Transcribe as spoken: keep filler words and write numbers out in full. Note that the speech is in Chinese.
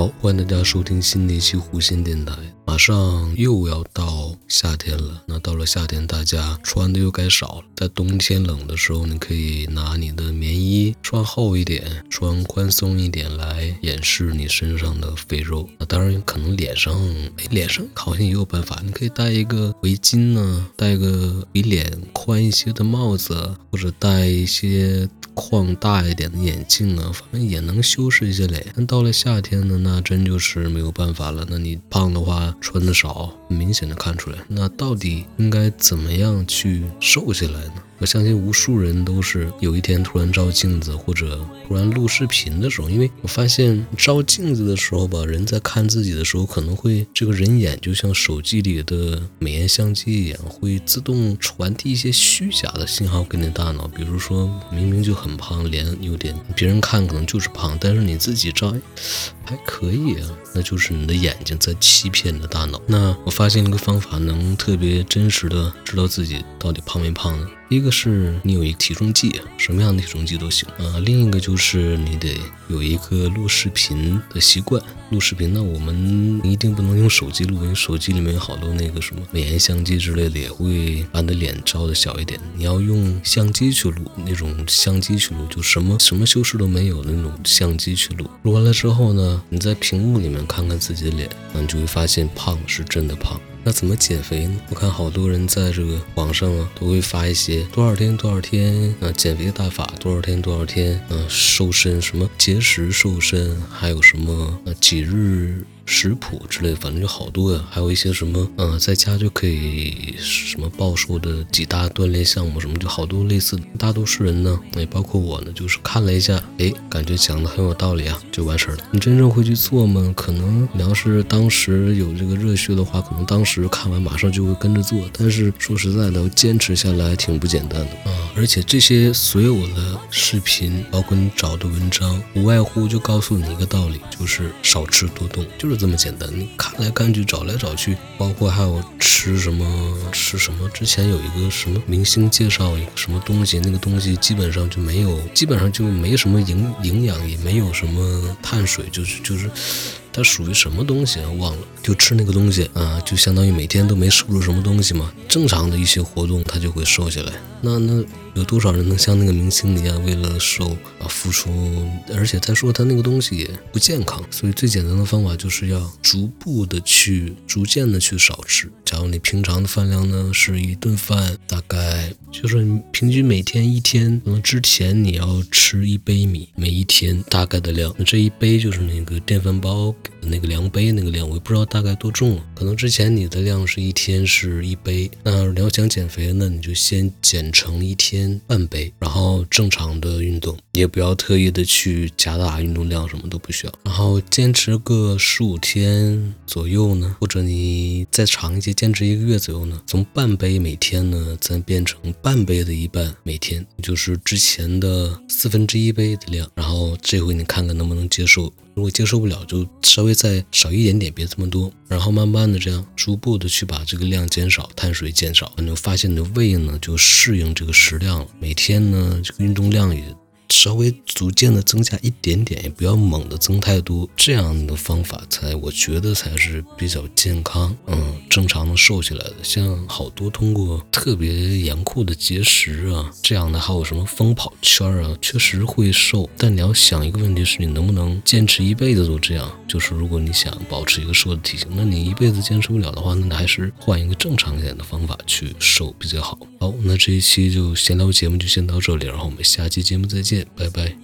好，欢迎大家收听新的一期弧线电台。马上又要到夏天了，那到了夏天，大家穿的又该少了。在冬天冷的时候，你可以拿你的棉衣穿厚一点，穿宽松一点来掩饰你身上的肥肉。那当然，可能脸上，哎，脸上好像也有办法，你可以戴一个围巾呢，戴个比脸宽一些的帽子，或者戴一些框大一点的眼镜啊，反正也能修饰一些脸。但到了夏天呢，那真就是没有办法了。那你胖的话，穿的少，很明显的看出来。那到底应该怎么样去瘦下来呢？我相信无数人都是有一天突然照镜子，或者突然录视频的时候，因为我发现照镜子的时候吧，人在看自己的时候，可能会这个人眼就像手机里的美颜相机一样，会自动传递一些虚假的信号给你的大脑。比如说明明就很胖，脸有点别人看可能就是胖，但是你自己照还可以啊，那就是你的眼睛在欺骗你的大脑。那我发现一个方法能特别真实的知道自己到底胖没胖呢？一个是你有一个体重计，什么样的体重计都行啊。另一个就是你得有一个录视频的习惯。录视频呢，我们一定不能用手机录，因为手机里面有好多那个什么美颜相机之类的，也会把你的脸照的小一点。你要用相机去录，那种相机去录，就什么什么修饰都没有的那种相机去录。录完了之后呢，你在屏幕里面看看自己的脸，你就会发现胖是真的胖。那怎么减肥呢？我看好多人在这个网上啊，都会发一些多少天多少天啊减肥大法，多少天多少天啊瘦身，什么节食瘦身，还有什么啊几日食谱之类的，反正就好多呀。还有一些什么嗯、呃，在家就可以什么暴瘦的几大锻炼项目什么，就好多类似的。大多数人呢，也包括我呢，就是看了一下，哎，感觉讲的很有道理啊，就完事儿了。你真正会去做吗？可能你要是当时有这个热血的话，可能当时看完马上就会跟着做。但是说实在的，坚持下来挺不简单的啊。而且这些所有的视频，包括你找的文章，无外乎就告诉你一个道理，就是少吃多动，就是这么简单。你看来看去，找来找去，包括还有吃什么吃什么。之前有一个什么明星介绍一个什么东西，那个东西基本上就没有，基本上就没什么营营养，也没有什么碳水，就是就是它属于什么东西啊？忘了，就吃那个东西啊，就相当于每天都没摄入什么东西嘛。正常的一些活动，它就会瘦下来。那那有多少人能像那个明星一样为了瘦啊付出？而且再说他那个东西也不健康，所以最简单的方法就是要逐步的去、逐渐的去少吃。假如你平常的饭量呢是一顿饭，大概就是你平均每天一天，可能之前你要吃一杯米，每一天大概的量。那这一杯就是那个电饭煲那个量杯那个量，我也不知道大概多重了。可能之前你的量是一天是一杯，那你要想减肥呢，你就先减成一天半杯，然后正常的运动，也不要特意的去加大运动量，什么都不需要。然后坚持个十五天左右呢，或者你再长一些，坚持一个月左右呢，从半杯每天呢，再变成半杯的一半每天，就是之前的四分之一杯的量。然后这回你看看能不能接受。如果接受不了，就稍微再少一点点，别这么多。然后慢慢的这样逐步的去把这个量减少，碳水减少，你就发现你的胃呢就适应这个食量了。每天呢这个运动量也稍微逐渐的增加一点点，也不要猛的增太多，这样的方法才我觉得才是比较健康，嗯，正常的瘦下来的。像好多通过特别严酷的节食啊，这样的还有什么疯跑圈啊，确实会瘦。但你要想一个问题是，你能不能坚持一辈子都这样？就是如果你想保持一个瘦的体型，那你一辈子坚持不了的话，那你还是换一个正常一点的方法去瘦比较好。好，那这一期就闲聊节目就先到这里，然后我们下期节目再见。拜拜。